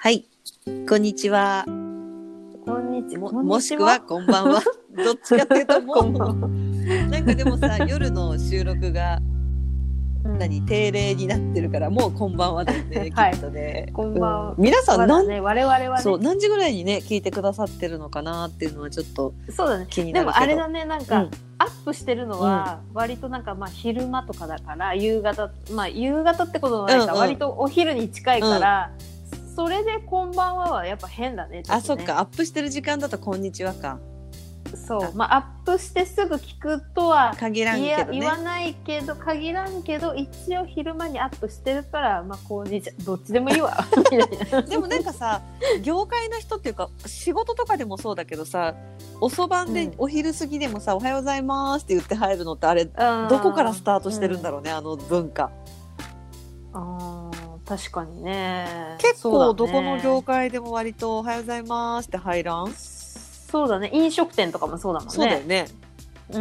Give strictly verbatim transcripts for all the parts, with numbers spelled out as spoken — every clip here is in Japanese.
はい、こんにちは。 こんにちは。 も, もしくはこんばんは。どっちかっていうともうなんかでもさ、夜の収録が何、うん、定例になってるからもうこんばんはだよね、はい、きっとね。 こんばんは。 うん、皆さん何、 ね、我々はね、 そう何時ぐらいにね聞いてくださってるのかなっていうのはちょっとそうだね。 気になるけど。 でもあれだね、なんか、うん、アップしてるのは割となんかまあ昼間とかだから夕方、まあ夕方ってことないか、うんうん、割とお昼に近いから。うん、それでこんばんははやっぱ変だ ね, ね。 あ、そっか、アップしてる時間だとこんにちはか。 そう、まあアップしてすぐ聞くとは限らんけど、ね、 言わないけど限らんけど一応昼間にアップしてるからまあこんにちはどっちでもいいわでもなんかさ業界の人っていうか仕事とかでもそうだけどさ、遅番でお昼過ぎでもさ、うん、おはようございますって言って入るのってあれどこからスタートしてるんだろうね、うん、あの文化。 あ確かにね。 結構どこの業界でも割とおはようございますって入らん？ そうだね。飲食店とかもそうだもんね。 そうだよね。 うん。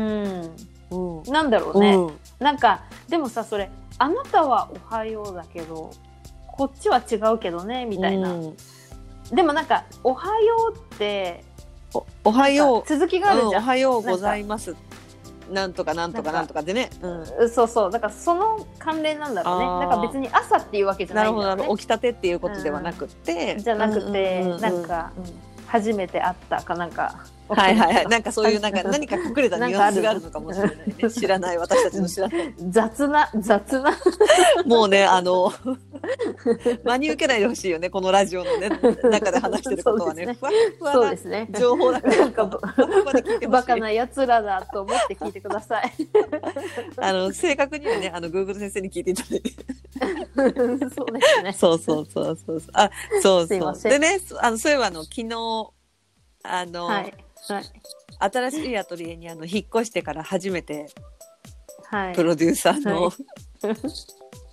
うん、なんだろうね、うん。なんかでもさそれあなたはおはようだけどこっちは違うけどねみたいな。うん、でもなんかおはようってお、おはよう続きがあるじゃん。うん、 おはようございます。なんとかなんとかなんとかでね、 うん、そうそうだからその関連なんだろうね。だから別に朝っていうわけじゃないんだよね。 なるほどなるほど。起きたてっていうことではなくて、 うん、じゃなくて、うんうんうん、なんか、うん、初めて会ったかなんかはいはいはい、なんかそういうなんか何か隠れたニュアンスがあるのかもしれないね。知らない私たちの知らない雑な雑なもうねあの真に受けないでほしいよねこのラジオのね中で話してることはね。 ねふわふわなそうですね情報だからなんかバカなやつらだと思って聞いてくださいあの正確にはねあの Google 先生に聞いていただいてそうですねそうそうそうそうあそうそうでねあのそういえばあの昨日あの、はいはい、新しいアトリエにあの引っ越してから初めて、はい、プロデューサーの、はい、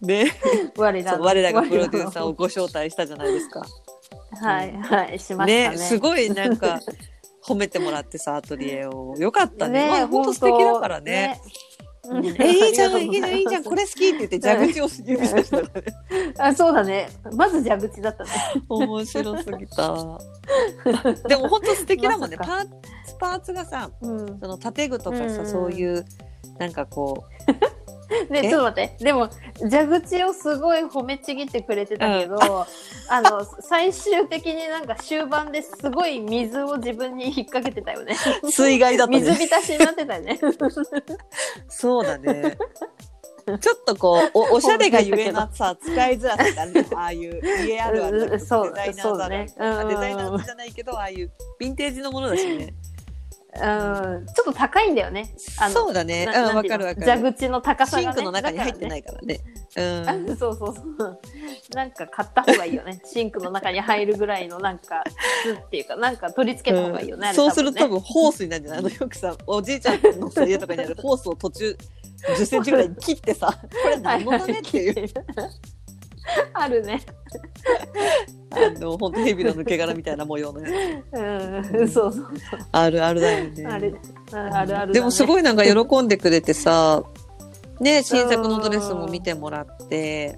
ね我ら我らがプロデューサーをご招待したじゃないですか。 はいはいしましたね。 ねすごいなんか褒めてもらってさアトリエをよかったね。ね本当素敵だからね。ねうん、えいいじゃんいいじゃんいいじゃんこれ好きって言って蛇口を指さしたからねあそうだねまず蛇口だったね面白すぎたでも本当素敵だもんね、ま、パーツパーツがさ、うん、その建具とかさ、うん、そういうなんかこうねちょっと待ってでも蛇口をすごい褒めちぎってくれてたけど、うん、あの最終的になんか終盤ですごい水を自分に引っ掛けてたよね水害だったね水浸しになってたよねそうだねちょっとこう お, おしゃれがゆえなさ使いづらさがあるああいう家あるあるデザイナーズある、ね、デザイナーズじゃないけどああいうヴィンテージのものだしねうん、ちょっと高いんだよね。 あのそうだね。うん、わかるわかる。 蛇口の高さが、ね、 シンクの中に入ってないからね。 からねうん、そうそうそう。なんか買った方がいいよね。シンクの中に入るぐらいのなんか筒っていうかなんか取り付けた方がいいよね。 うん、そうすると多分ホースになるんじゃない？あのよくさおじいちゃんの家とかにあるホースを途中じゅっセンチぐらい切ってさ、これ何のためっていう。 あるね。 あの本当ヘビの抜け殻みたいな模様のやつ。うん、そうそうそう。 あるあるだよね。 あるあるあるだね。 でもすごいなんか喜んでくれてさ、ね新作のドレスも見てもらって、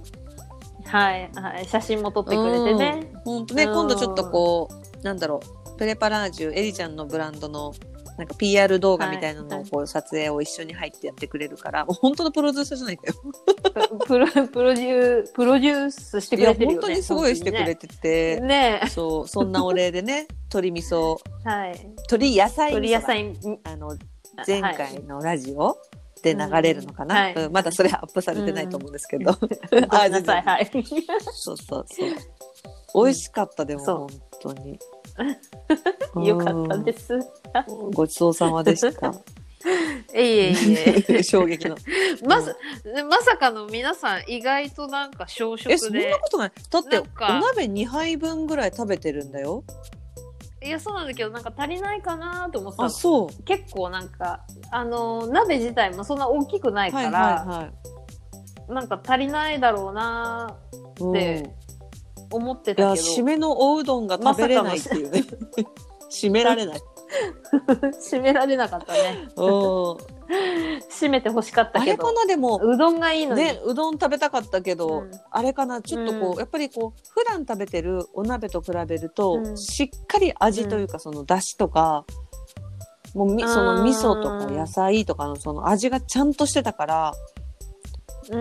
はいはい写真も撮ってくれてね。 本当ね今度ちょっとこうなんだろうプレパラージュエリちゃんのブランドのなんか ピーアール 動画みたいなのをこう撮影を一緒に入ってやってくれるから、もう本当のプロデューサーじゃないかよプロプロデュープロデュースしてくれてるよね。 いや本当にすごいしてくれてて、 ね、 そうそんなお礼でね鶏味噌、 はい、 鶏野菜鶏野菜あの前回のラジオで流れるのかな、はいうん、まだそれアップされてないと思うんですけど、 うん、あ全然はい、 そうそうそう美味しかった、うん、でも本当によかったですごちそうさまでしたいえいえ衝撃のまず、うん、まさかの皆さん意外となんか小食でえそんなことないだってお鍋にはいぶんぐらい食べてるんだよ。 いやそうなんだけどなんか足りないかなと思ってた。 あそう結構なんかあの鍋自体もそんな大きくないから、はいはいはい、なんか足りないだろうなって思ってたけど、いや締めのおうどんが食べれないっていうね締められない締められなかったねお締めて欲しかったけど。 あれかな、でもうどんがいいのにね、うどん食べたかったけど、うん、あれかな、ちょっとこう、うん、やっぱりこう普段食べてるお鍋と比べると、うん、しっかり味というか、その出汁とか、もうみその味噌とか野菜とかのその味がちゃんとしてたから、うん、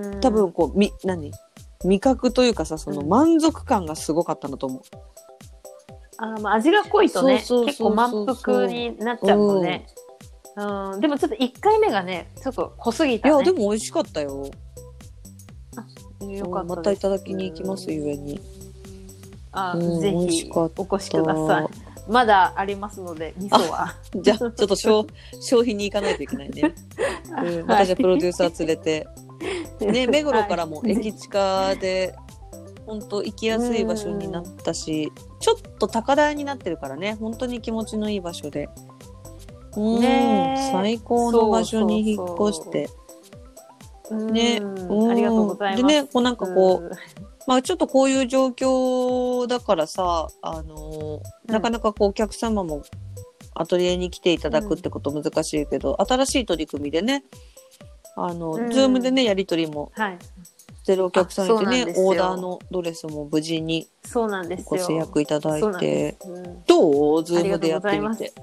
うん、多分こうみ何味覚というかさ、その満足感がすごかったんだと思う。 あ、まあ、味が濃いとね、結構満腹になっちゃうもんね。うん、でもちょっといっかいめがね、ちょっと濃すぎたね。 いや、でも美味しかったよ。 あ、よかったです。 またいただきに行きます、ゆえに。 あ、うん、ぜひお越しください。まだありますので、味噌は。 じゃあ、ちょっと消消費に行かないといけないね。うん、またじゃあプロデューサー連れて。ね、目黒からも駅近で、本当行きやすい場所になったし、ちょっと高台になってるからね、本当に気持ちのいい場所で。うん、ね、最高の場所に引っ越して。 そうそうそうね、うん、ありがとうございます。 でね、こうなんかこう、まあちょっとこういう状況だからさ、あの、うん、なかなかこうお客様もアトリエに来ていただくってこと難しいけど、うん、新しい取り組みでね、あの、うん、ズームでね、やり取りもしてるお客さんいてね、オーダーのドレスも無事にご制約いただいて、うん、どうズームでやってみて。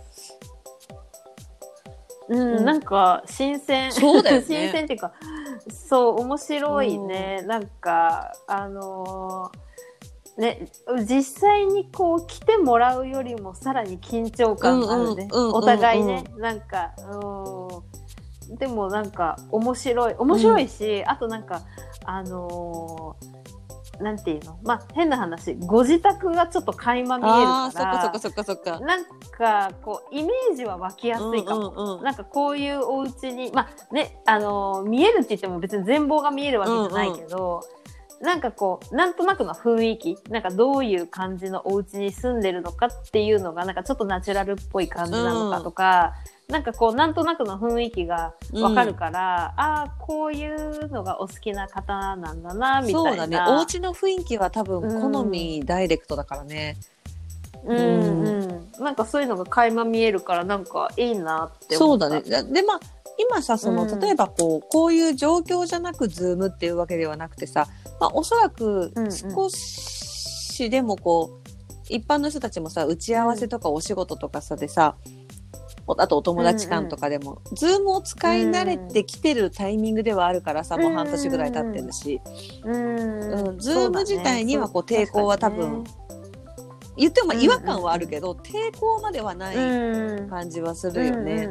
うん、うん、なんか新鮮。 そうだよね。 新鮮っていうか、そう、面白いね。うん、なんか、あのー、ね、実際にこう来てもらうよりもさらに緊張感があるね。お互いね、なんか、うん、でもなんか面白い、面白いし、うん、あとなんか、あのー、なんていうの、まあ変な話、ご自宅がちょっと垣間見えるから、 あ、そっかそっかそっかそっか、 なんかこうイメージは湧きやすいかも、うんうんうん、なんかこういうお家に、まあね、あのー、見えるって言っても別に全貌が見えるわけじゃないけど、うんうん、なんかこうなんとなくの雰囲気、なんかどういう感じのお家に住んでるのかっていうのがなんかちょっとナチュラルっぽい感じなのかとか、うん、なんかこうなんとなくの雰囲気がわかるから、うん、ああこういうのがお好きな方なんだなみたいな。 そうだね、お家の雰囲気は多分好みダイレクトだからね。 うんうんうん、なんかそういうのが垣間見えるからなんかいいなって思った。そうだね。でまあ今さ、その、うん、例えばこうこういう状況じゃなくズームっていうわけではなくてさ、まあ、おそらく少しでもこう、うんうん、一般の人たちもさ打ち合わせとかお仕事とかさでさ、あとお友達間とかでも、うんうん、ズームを使い慣れてきてるタイミングではあるからさ、うん、もう半年ぐらい経ってるし、うんうん、ズーム自体にはこう抵抗は多分、ね、言っても違和感はあるけど、うんうん、抵抗まではない感じはするよね。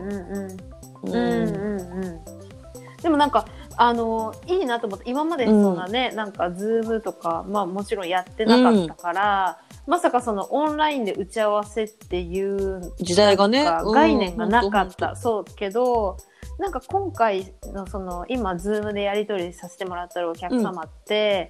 でもなんかあのいいなと思って、今までそんなね、うん、なんかズームとか、まあもちろんやってなかったから、うん、まさかそのオンラインで打ち合わせっていう時代がね、 概念がなかった、うん、そうけど、なんか今回のその今ズームでやり取りさせてもらってるお客様って、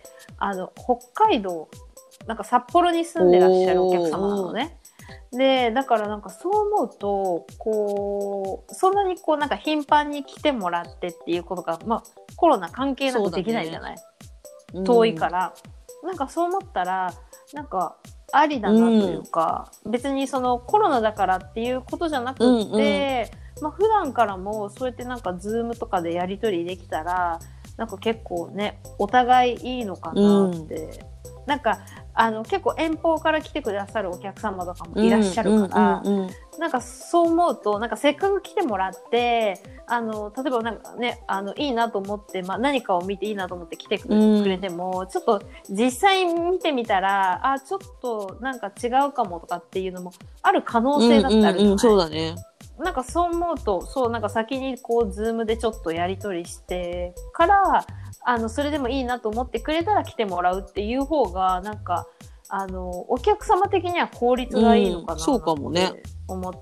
うん、あの北海道、なんか札幌に住んでらっしゃるお客様なのね。でだからなんかそう思うと、こうそんなにこうなんか頻繁に来てもらってっていうことが、まあ、コロナ関係なくできないじゃない、ね、遠いから、うん、なんかそう思ったらなんかありだなというか、うん、別にそのコロナだからっていうことじゃなくって、うんうん、まあ、普段からもそうやってなんかズームとかでやり取りできたらなんか結構ねお互いいいのかなって、うん、なんかあの結構遠方から来てくださるお客様とかもいらっしゃるから、うんうんうんうん、なんかそう思うとなんかせっかく来てもらってあの例えばなんかねあのいいなと思って、まあ、何かを見ていいなと思って来てくれても、うん、ちょっと実際見てみたらあちょっとなんか違うかもとかっていうのもある可能性だってあるじゃない、うんうんうん、 そうだね。 なんかそう思うとそうなんか先にこうズームでちょっとやり取りしてからあのそれでもいいなと思ってくれたら来てもらうっていう方がなんかあのお客様的には効率がいいのかなって思って、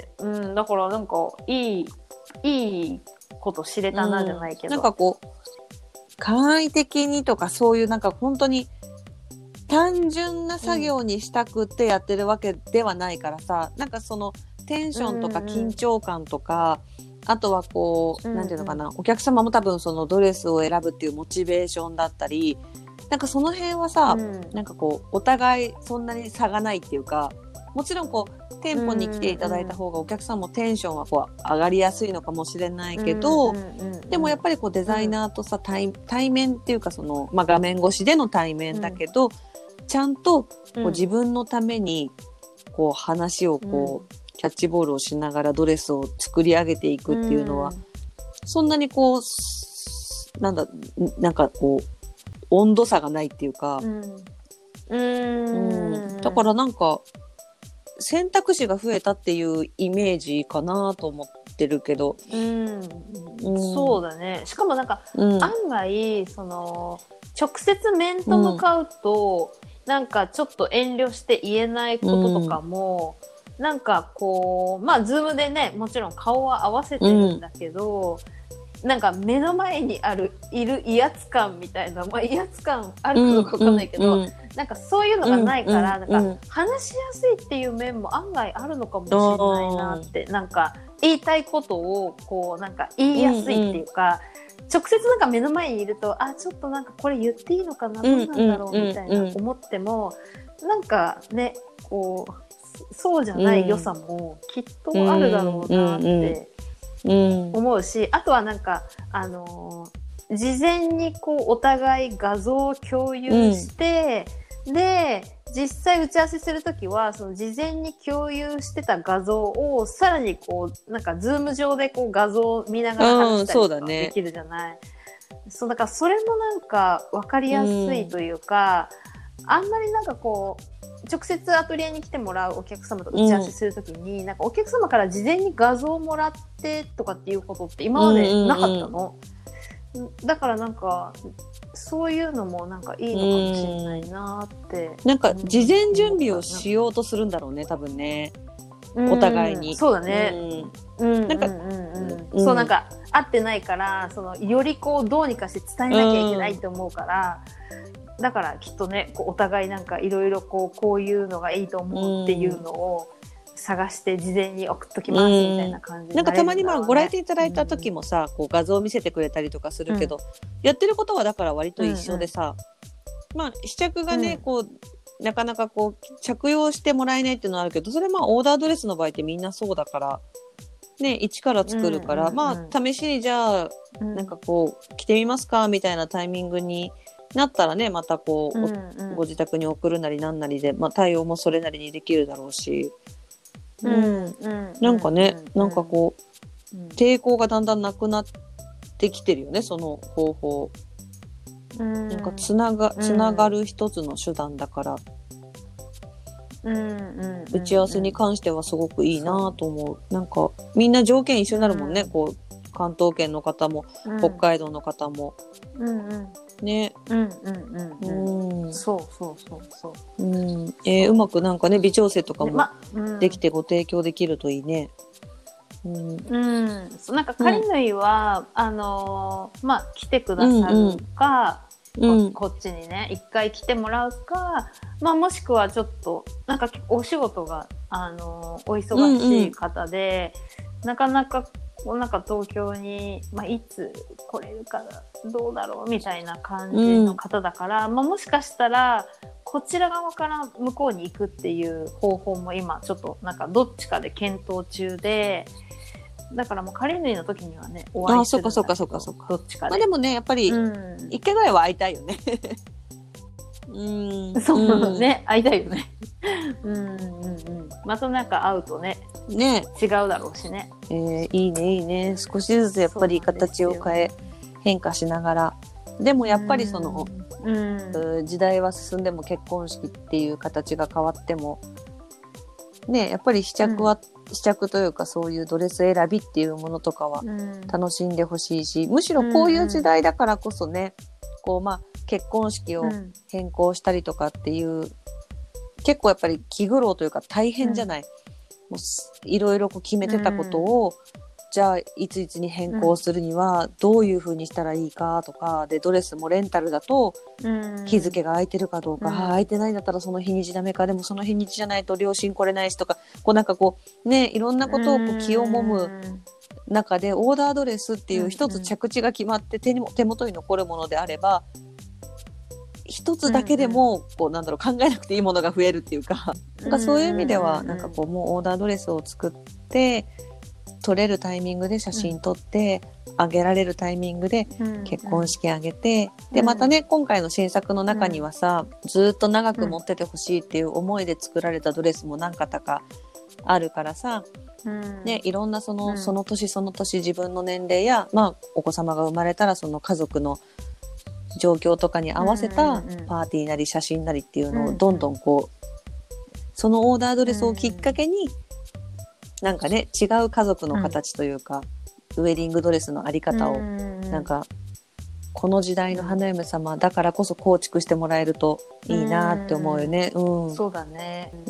うん、そうかもね、うん、だからなんかいいいいこと知れたなじゃないけど、 うん、なんかこう簡易的にとかそういうなんか本当に単純な作業にしたくってやってるわけではないからさ、うん、なんかそのテンションとか緊張感とか、うんうん、あとはこう、うんうん、なんていうのかな、お客様も多分そのドレスを選ぶっていうモチベーションだったり、なんかその辺はさ、うん、なんかこうお互いそんなに差がないっていうか、 もちろんこう店舗に来ていただいた方がお客さんもテンションはこう上がりやすいのかもしれないけど、うんうんうんうん、でもやっぱりこうデザイナーとさ 対, 対面っていうかその、まあ、画面越しでの対面だけど、うん、ちゃんとこう自分のためにこう話をこう、うん、キャッチボールをしながらドレスを作り上げていくっていうのは、うん、そんなにこうなんだなんかこう温度差がないっていうか、うんうーん、だからなんか選択肢が増えたっていうイメージかなと思ってるけど、 うんうん、そうだね。しかもなんか、うん、案外その直接面と向かうと、うん、なんかちょっと遠慮して言えないこととかも、うん、なんかこうまあズームでねもちろん顔は合わせてるんだけど、うん、なんか目の前にあるいる威圧感みたいな、まあ、威圧感あるかどうかわかんないけど、うんうんうん、なんかそういうのがないから、うんうんうん、なんか話しやすいっていう面も案外あるのかもしれないなって、なんか言いたいことをこうなんか言いやすいっていうか、うんうん、直接なんか目の前にいるとあちょっとなんかこれ言っていいのかな、どうなんだろうみたいな思っても、なんかねこうそうじゃない良さもきっとあるだろうなって思うし、あとはなんかあのー、事前にこうお互い画像を共有して、うん、で実際打ち合わせするときはその事前に共有してた画像をさらにこうなんかズーム上でこう画像を見ながら話したりとかできるじゃない、うん、そうだね。そうだからそれもなんか分かりやすいというか、うん、あんまりなんかこう直接アトリエに来てもらうお客様と打ち合わせするときに、うん、なんかお客様から事前に画像をもらってとかっていうことって今までなかったの、うんうんうん、だからなんかそういうのもなんかいいのかもしれないなって、 うん、なんか事前準備をしようとするんだろうね多分ね、お互いに、 うん、そうだね、うん、なんか、うんうんうん、そうなんか合ってないからそのよりこうどうにかして伝えなきゃいけないって思うから、うん、だからきっとねこうお互いなんかいろいろこうこういうのがいいと思うっていうのを探して事前に送っときますみたいな感じで、 うん、なんかたまにまあご来店いただいた時もさ、うん、こう画像を見せてくれたりとかするけど、うん、やってることはだから割と一緒でさ、うんうん、まあ試着がね、うん、こうなかなかこう着用してもらえないっていうのはあるけど、それまあオーダードレスの場合ってみんなそうだからね、一から作るから、うんうんうん、まあ試しにじゃあ、うん、なんかこう着てみますかみたいなタイミングになったらね、またこう、うんうん、ご自宅に送るなりなんなりで、まあ、対応もそれなりにできるだろうし、うんうん、なんかね、うん、なんかこう、うん、抵抗がだんだんなくなってきてるよね、その方法、うん、なんかつなが、つながる一つの手段だから、うんうんうん、打ち合わせに関してはすごくいいなと思う。なんかみんな条件一緒になるもんね、うん、こう関東圏の方も、うん、北海道の方も、うんうん、ね、うんうんうんうん、 そうそうそうそう、 うん、えー、うまくなんかね微調整とかもできてご提供できるといいね。 うん、うん、そうなんか仮縫いは、うん、あのー、まあ来てくださるか、うんうん、こ, こっちにね一回来てもらうか、まあもしくはちょっとなんかお仕事があのー、お忙しい方で、うんうん、なかなかなんか東京に、まあ、いつ来れるかどうだろうみたいな感じの方だから、うんまあ、もしかしたらこちら側から向こうに行くっていう方法も今ちょっとなんかどっちかで検討中で、だからもう仮縫いの時にはねお会いするんだけど、あ、そうかそうかそうかそうか、どっちかで、 まあ、でもねやっぱり一回ぐらいは会いたいよねうんそうね、会いたいよねうんうんうん、またなんか会うとねね違うだろうしね、 えー、いいねいいね、少しずつやっぱり形を変え変化しながら、でもやっぱりその、うん、時代は進んでも結婚式っていう形が変わってもね、やっぱり試着は、うん、試着というかそういうドレス選びっていうものとかは楽しんでほしいし、むしろこういう時代だからこそね、こうまあ結婚式を変更したりとかっていう、うん、結構やっぱり気苦労というか大変じゃない、うん、もういろいろこう決めてたことを、うん、じゃあいついつに変更するにはどういう風にしたらいいかとかで、ドレスもレンタルだと日付が空いてるかどうか、うん、空いてないんだったらその日にちダメか、でもその日にちじゃないと両親来れないしとか、こうなんかこうね、いろんなことをこう気をもむ中で、オーダードレスっていう一つ着地が決まって手にも手元に残るものであれば、 一つだけでも、うんうん、こうなんだろう考えなくていいものが増えるっていうか、なんかそういう意味ではなんかこうもうオーダードレスを作って撮れるタイミングで写真撮って、うん、あげられるタイミングで結婚式あげて、うん、でまたね今回の新作の中にはさ、うん、ずっと長く持っててほしいっていう思いで作られたドレスも何型かあるからさ、うんね、いろんなその、うん、その年その年自分の年齢や、まあ、お子様が生まれたらその家族の状況とかに合わせたパーティーなり写真なりっていうのをどんどんこうそのオーダードレスをきっかけになんかね違う家族の形というか、うん、ウェディングドレスのあり方をなんかこの時代の花嫁様だからこそ構築してもらえるといいなって思うよね。うん、 そうだね。 うん、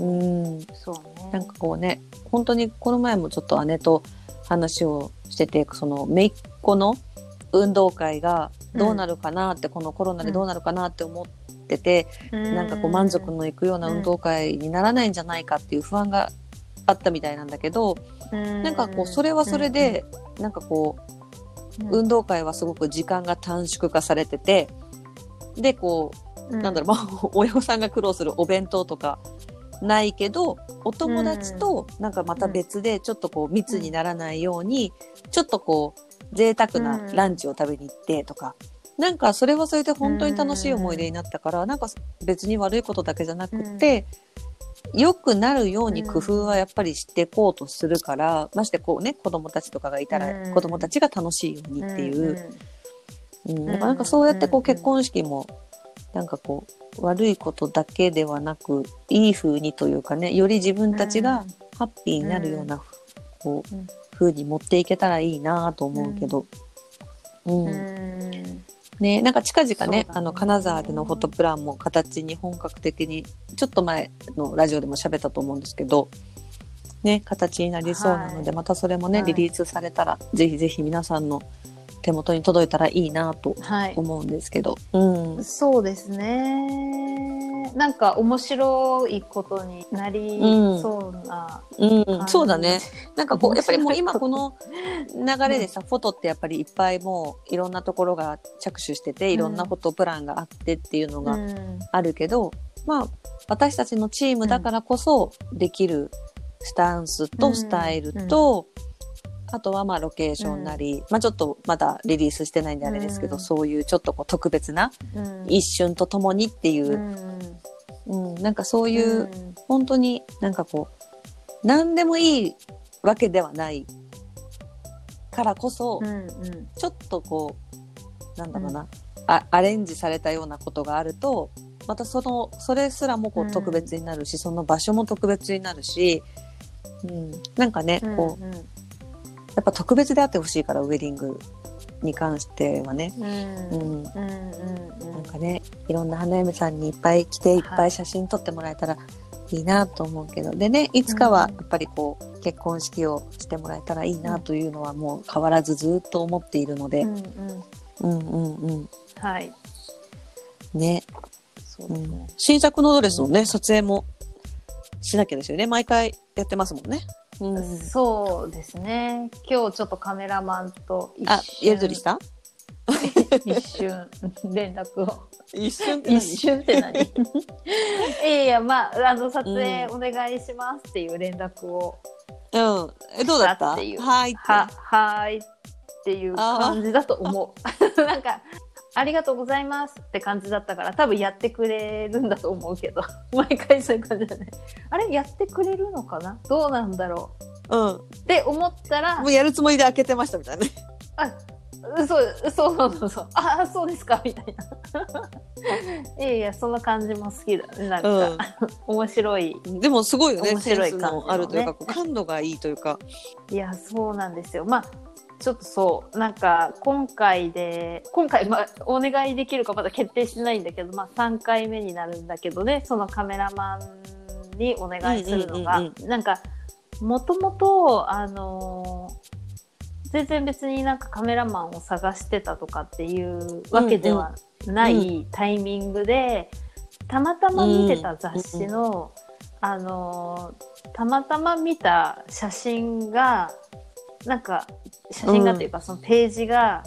そうね。なんかこうね本当にこの前もちょっと姉と話をしててその姪っ子の運動会がどうなるかなって、うん、このコロナでどうなるかなって思ってて、うん、なんかこう満足のいくような運動会にならないんじゃないかっていう不安があったみたいなんだけど、うん、なんかこうそれはそれで、うん、なんかこう、うん、運動会はすごく時間が短縮化されててでこう、うん、なんだろう、まあ、親御さんが苦労するお弁当とかないけどお友達となんかまた別でちょっとこう密にならないようにちょっとこう贅沢なランチを食べに行ってとか、うん、なんかそれはそれで本当に楽しい思い出になったから、うん、なんか別に悪いことだけじゃなくて、うん、良くなるように工夫はやっぱりしていこうとするから、うん、ましてこうね子供たちとかがいたら、うん、子供たちが楽しいようにっていう、うんうん、だからなんかそうやってこう結婚式もなんかこう悪いことだけではなくいい風にというかねより自分たちがハッピーになるような、うん、こう、うん風に持っていけたらいいなと思うけど、うんうんね、なんか近々 ね, ねあの金沢でのフォトプランも形に本格的にちょっと前のラジオでも喋ったと思うんですけど、ね、形になりそうなので、はい、またそれもね、はい、リリースされたらぜひぜひ皆さんの手元に届いたらいいなと思うんですけど、はいうん、 そうですねなんか面白いことになりそうな感じ、 うんうん、そうだねなんかこうやっぱりもう今この流れでさ、うん、フォトってやっぱりいっぱいもういろんなところが着手してていろんなフォトプランがあってっていうのがあるけど、うん、まあ私たちのチームだからこそできるスタンスとスタイルと、うん、あとはまあロケーションなり、うんまあ、ちょっとまだリリースしてないんであれですけど、うん、そういうちょっとこう特別な一瞬とともにっていう、うんうん、なんかそういう、うん、本当になんかこう何でもいいわけではないからこそ、うんうん、ちょっとこうなんだろうな、うん、あアレンジされたようなことがあるとまたそのそれすらもこう特別になるし、うん、その場所も特別になるし、うん、なんかね、うんうん、こうやっぱ特別であってほしいからウェディングに関してはね、うんうんうん、なんかねいろんな花嫁さんにいっぱい来ていっぱい写真撮ってもらえたらいいなと思うけど、はい、でねいつかはやっぱりこう結婚式をしてもらえたらいいなというのはもう変わらずずっと思っているので、うんうん、うんうんうんはいねそうですね、うん、新作のドレスのね、うん、撮影もしなきゃですよね毎回やってますもんね。 うん、そうですね今日ちょっとカメラマンと一瞬あやり取りした一瞬連絡を一瞬って何一瞬って何いやいやまああの撮影お願いしますっていう連絡をうんえどうだったっていうはいははいっていう感じだと思うなんかありがとうございますって感じだったから多分やってくれるんだと思うけど毎回そういう感じだねあれやってくれるのかなどうなんだろう、うん、って思ったらもうやるつもりで開けてましたみたいなねあそうそうそうそうあそうですかみたいないやいやその感じも好きだねなんか、うん、面白いでもすごいよね面白い感じの、ね、あるというか感度がいいというかいやそうなんですよまあちょっとそうなんか今回で今回、まあ、お願いできるかまだ決定してないんだけど、まあ、さんかいめになるんだけどねそのカメラマンにお願いするのが、うんうんうんうん、なんかもともとあのー、全然別になんかカメラマンを探してたとかっていうわけではないタイミングで、うんうん、たまたま見てた雑誌の、うんうん、あのー、たまたま見た写真がなんか写真がというか、うん、そのページが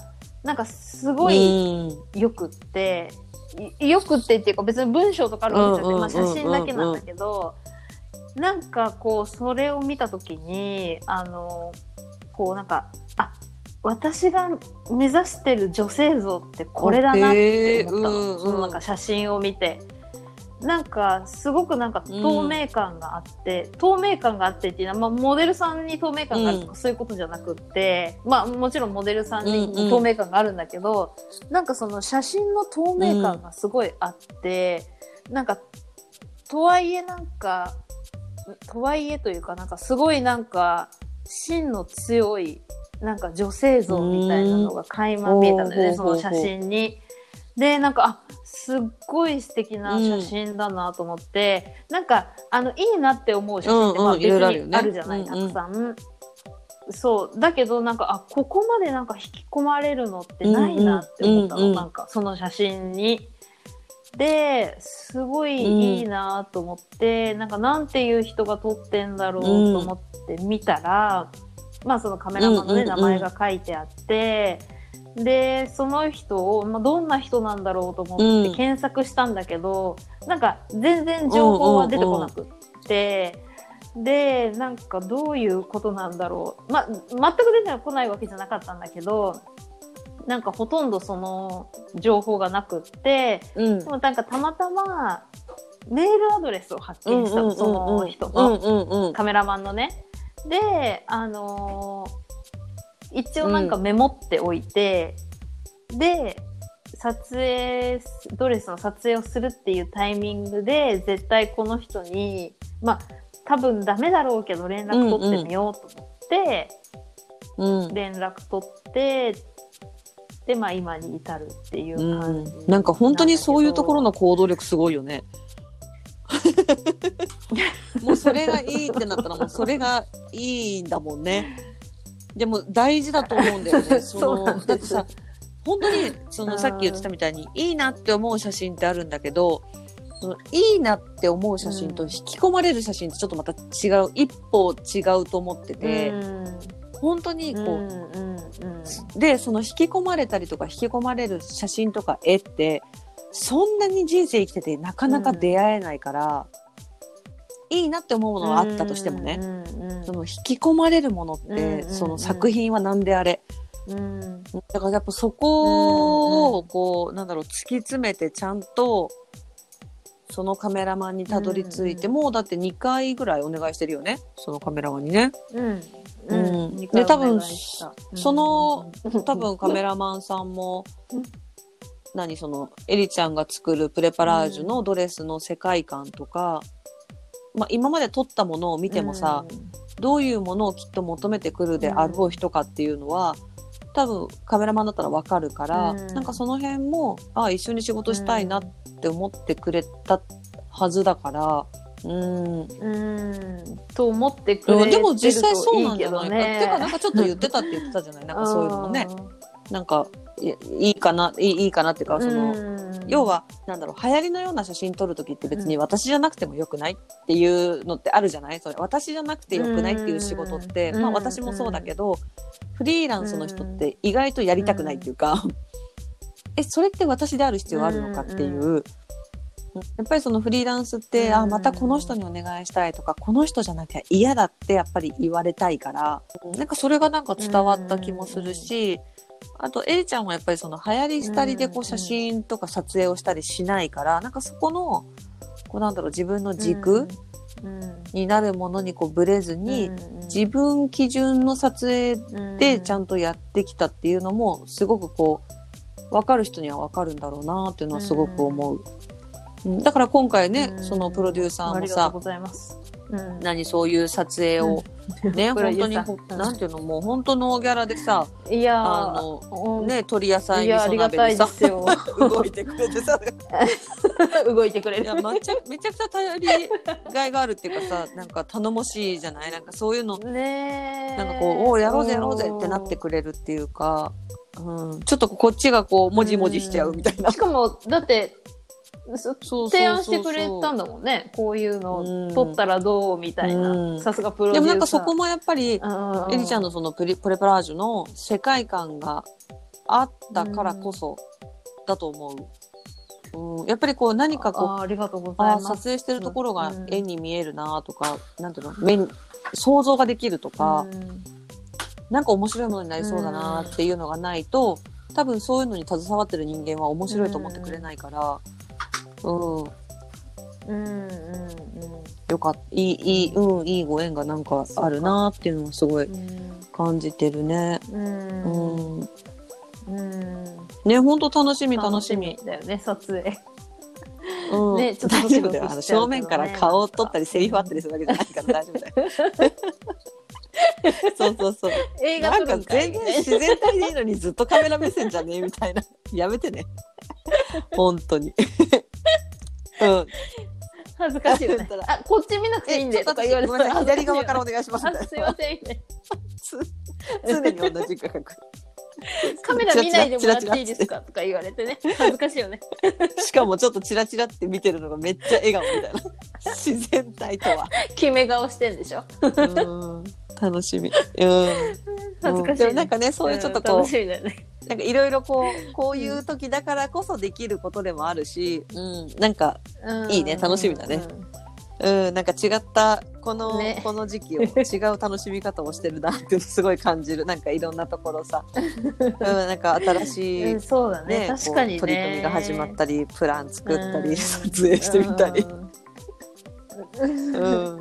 なんかすごいよくって、うん、よくってっていうか別に文章とかあるわけじゃなくて、まあ、写真だけなんだけど、なんかこうそれを見た時にあのこうなんかあ私が目指してる女性像ってこれだなって思ったの、うんうん、そのなんか写真を見て。なんかすごくなんか透明感があって、うん、透明感があってっていうのは、まあ、モデルさんに透明感があるとかそういうことじゃなくって、うん、まあもちろんモデルさんに透明感があるんだけど、うんうん、なんかその写真の透明感がすごいあって、うん、なんかとはいえなんかとはいえというかなんかすごいなんか芯の強いなんか女性像みたいなのが垣間見えたんだよね、うん、その写真に。でなんかあすっごい素敵な写真だなと思って、うん、なんかあのいいなって思う写真って、まあ、別にあるじゃない、うんうん、たくさん、うんうん、そうだけどなんかあここまでなんか引き込まれるのってないなって思ったの、うんうん、なんかその写真に。ですごいいいなと思って、うん、なんかなんていう人が撮ってんだろうと思って見たら、うん、まあそのカメラマンのね、うんうんうん、名前が書いてあってでその人を、まあ、どんな人なんだろうと思って検索したんだけど、うん、なんか全然情報は出てこなくって、うんうんうん、でなんかどういうことなんだろう、ま、全く出てこないわけじゃなかったんだけどなんかほとんどその情報がなくって、うん、でもなんかたまたまメールアドレスを発見したの、うんうんうんうん、その人の、うんうんうん、カメラマンのね。であのー一応なんかメモっておいて、うん、で撮影ドレスの撮影をするっていうタイミングで絶対この人にまあ多分ダメだろうけど連絡取ってみようと思って、うんうん、連絡取ってでまあ今に至るっていう感じ、 うん、なんか本当にそういうところの行動力すごいよね。もうそれがいいってなったらもうそれがいいんだもんね。でも大事だと思うんだよね。そのだってさ本当にそのさっき言ってたみたいにいいなって思う写真ってあるんだけどそのいいなって思う写真と引き込まれる写真ってちょっとまた違う一歩違うと思ってて、うん、本当にこう、うんうんうん、でその引き込まれたりとか引き込まれる写真とか絵ってそんなに人生生きててなかなか出会えないから、うん、いいなって思うものがあったとしてもね、うんうんうん、その引き込まれるものって、うんうんうん、その作品は何であれ、うん、だからやっぱそこをこう、うんうん、なんだろう突き詰めてちゃんとそのカメラマンにたどり着いて、うんうん、もうだってにかいぐらいお願いしてるよねそのカメラマンにね、うんうんうん、で多分その多分カメラマンさんも何そのエリちゃんが作るプレパラージュのドレスの世界観とか、まあ、今まで撮ったものを見てもさ、うん、どういうものをきっと求めてくるであろう人かっていうのは、うん、多分カメラマンだったら分かるから、うん、なんかその辺もあ一緒に仕事したいなって思ってくれたはずだから、うん、うんと思ってくれてるといいけどね。 でも実際そうなんじゃないかってかなんかちょっと言ってたって言ってたじゃないなんかそういうのもねなんかいいかないい、いいかなっていうかその要はなんだろう流行りのような写真撮るときって別に私じゃなくてもよくないっていうのってあるじゃないそれ私じゃなくてよくないっていう仕事ってまあ私もそうだけどフリーランスの人って意外とやりたくないっていうかえそれって私である必要あるのかっていうやっぱりそのフリーランスってあまたこの人にお願いしたいとかこの人じゃなきゃ嫌だってやっぱり言われたいからなんかそれがなんか伝わった気もするしあとエリちゃんはやっぱりその流行り廃りでこう写真とか撮影をしたりしないからなんかそこのこうなんだろう自分の軸になるものにこうブレずに自分基準の撮影でちゃんとやってきたっていうのもすごくこう分かる人には分かるんだろうなっていうのはすごく思う。だから今回ね、そのプロデューサーもさ、ありがとうございます。うん、何そういう撮影を、うん、ね本当になんていうのもう本当ノーギャラでさいやあのね鳥野菜味噌鍋でさ動いてくれてさ動いてくれるいやめちゃめちゃくちゃ頼りがいがあるっていうかさなんか頼もしいじゃないなんかそういうのねなんかこうおやろうぜやろうぜってなってくれるっていうか、うん、ちょっとこっちがこうもじもじしちゃうみたいなしかもだって提案してくれたんだもんねこういうの撮ったらどうみたいなさすがプロデューサーでもなんかそこもやっぱりエリちゃんのそのプレ、プレパラージュの世界観があったからこそだと思う、うん、やっぱりこう何かこう、 あありがとうございます。 撮影してるところが絵に見えるなとか、うん、なんていうの目に想像ができるとか、うん、なんか面白いものになりそうだなっていうのがないと、多分そういうのに携わってる人間は面白いと思ってくれないから、うん、うんうんうんよかった、いいいい、うん、いいご縁がなんかあるなっていうのをすごい感じてるね。うん、うん、ね、本当楽しみ楽しみだよね、撮影。 うん、ね、ちょっと大丈夫だよ。あの正面から顔を撮ったりセリフあったりするわけじゃないから大丈夫だよ。そうそうそう。映画撮るんかいなんか全然自然体でいいのにずっとカメラ目線じゃねえみたいな。やめてね。本当に。うん。 恥ずかしいよね。あ、こっち見なくていいんでとか言われて、 左側からお願いしますみたいな。 すいませんみたいな。常に同じ価格。 カメラ見ないでもらっていいですかとか言われてね、恥ずかしいよね。 しかもちょっとチラチラって見てるのがめっちゃ笑顔みたいな。自然体とは決め顔してんでしょ。 うん楽しみ。うん、 恥ずかしい、ね。でもなんかね、そういうちょっとこう、楽しみだよね、なんかいろいろこうこういう時だからこそできることでもあるし、うん、なんかいいね、楽しみだね。うん、なんか違ったこの、ね、この時期を違う楽しみ方をしてるなってすごい感じる。なんかいろんなところさ、うん、なんか新しい、 うん、そうだね、確かにね、 取り組みが始まったり、プラン作ったり、うん、撮影してみたり。 うん、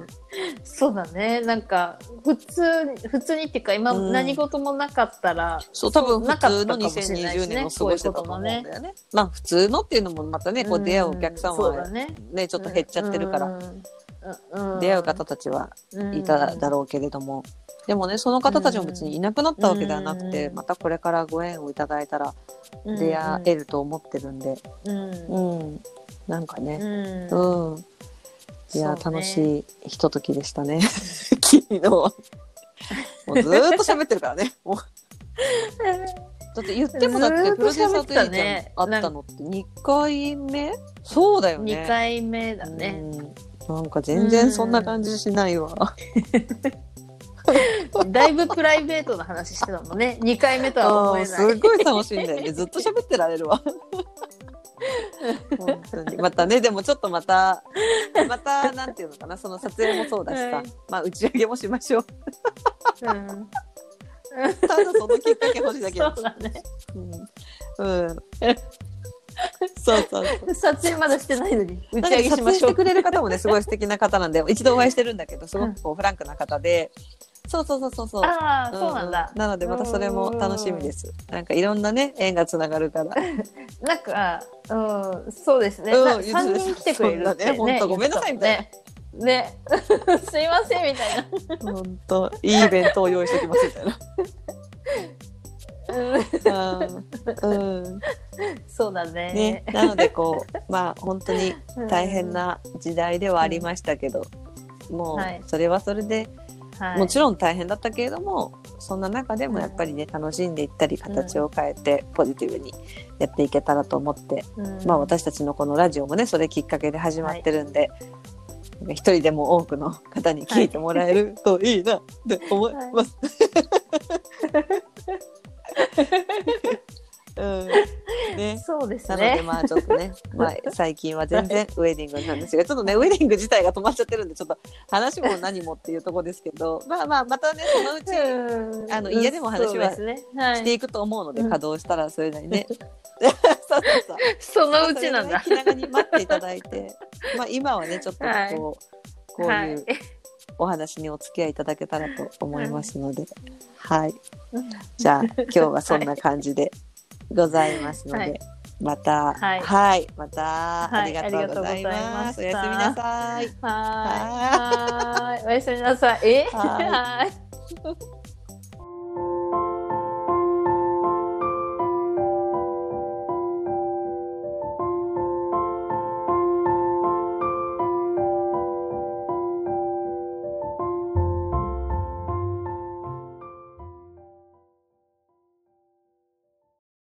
そうだね、なんか普通普通にっていうか今何事もなかったら、うん、 そう多分普通のにせんにじゅうねんを過ごしてたと思うんだよね。まあ普通のっていうのもまたね、こう出会うお客さんはね、ねちょっと減っちゃってるから、うんうん、出会う方たちはいただろうけれども、でもねその方たちも別にいなくなったわけではなくて、またこれからご縁をいただいたら出会えると思ってるんで、うんうん、なんかね、うんうんいや、ね、楽しいひとときでしたね。昨日もうずーっと喋ってるからね。もうだって言ってもだってプロデューサーといいちゃん会ったのってにかいめ？そうだよね。 にかいめだね。 うん、なんか全然そんな感じしないわ。 だいぶプライベートな話してたもんね。にかいめとは思えない。 すごい楽しいんだよね。ずっと喋ってられるわ。本当にまたね、でもちょっとまたまたなんていうのかな、その撮影もそうだしさ、はい、まあ打ち上げもしましょう。うん、ただそのきっかけ欲しいだけ。 そうだね。 うん。うん、そうそうそう。 撮影まだしてないのに打ち上げしましょう。 撮影してくれる方もねすごい素敵な方なんで、一度お会いしてるんだけどすごくこうフランクな方で。そうそうそうそうそう。 ああ、うん、そうなんだ。 なのでまたそれも楽しみです。なんかいろんなね縁がつながるから。 なんか、うん、そうですね。うん、さんにん来てくれるってね。 本当ごめんなさいみたいな。 ね。ねすいませんみたいな。本当いいイベントを用意しておきますみたいな。うん、うん、 そうだね。 ね。なのでこうまあ本当に大変な時代ではありましたけど、うん、もうそれはそれで。はい、もちろん大変だったけれども、そんな中でもやっぱりね、うん、楽しんでいったり形を変えてポジティブにやっていけたらと思って、うん、まあ私たちのこのラジオもねそれきっかけで始まってるんで、はい、一人でも多くの方に聞いてもらえるといいなって思います。はいうんね、 そうですね。 なのでまあちょっとね、まあ、最近は全然ウェディングなんですが、ちょっとねウェディング自体が止まっちゃってるんでちょっと話も何もっていうところですけど、まあまあまたねそのうちあの家でも話はしていくと思うので、稼働したらそれなりね。そうそうそう。 そのうちなんだ。 気長に待っていただいて、まあ今はねちょっとこう、はい、こういう、はいお話にお付き合いいただけたらと思いますので、はい。じゃあ今日はそんな感じでございますので、はい、また、はい、はい、また、はい、ありがとうございます。おやすみなさい。 はい。はい。おやすみなさい。え？はい。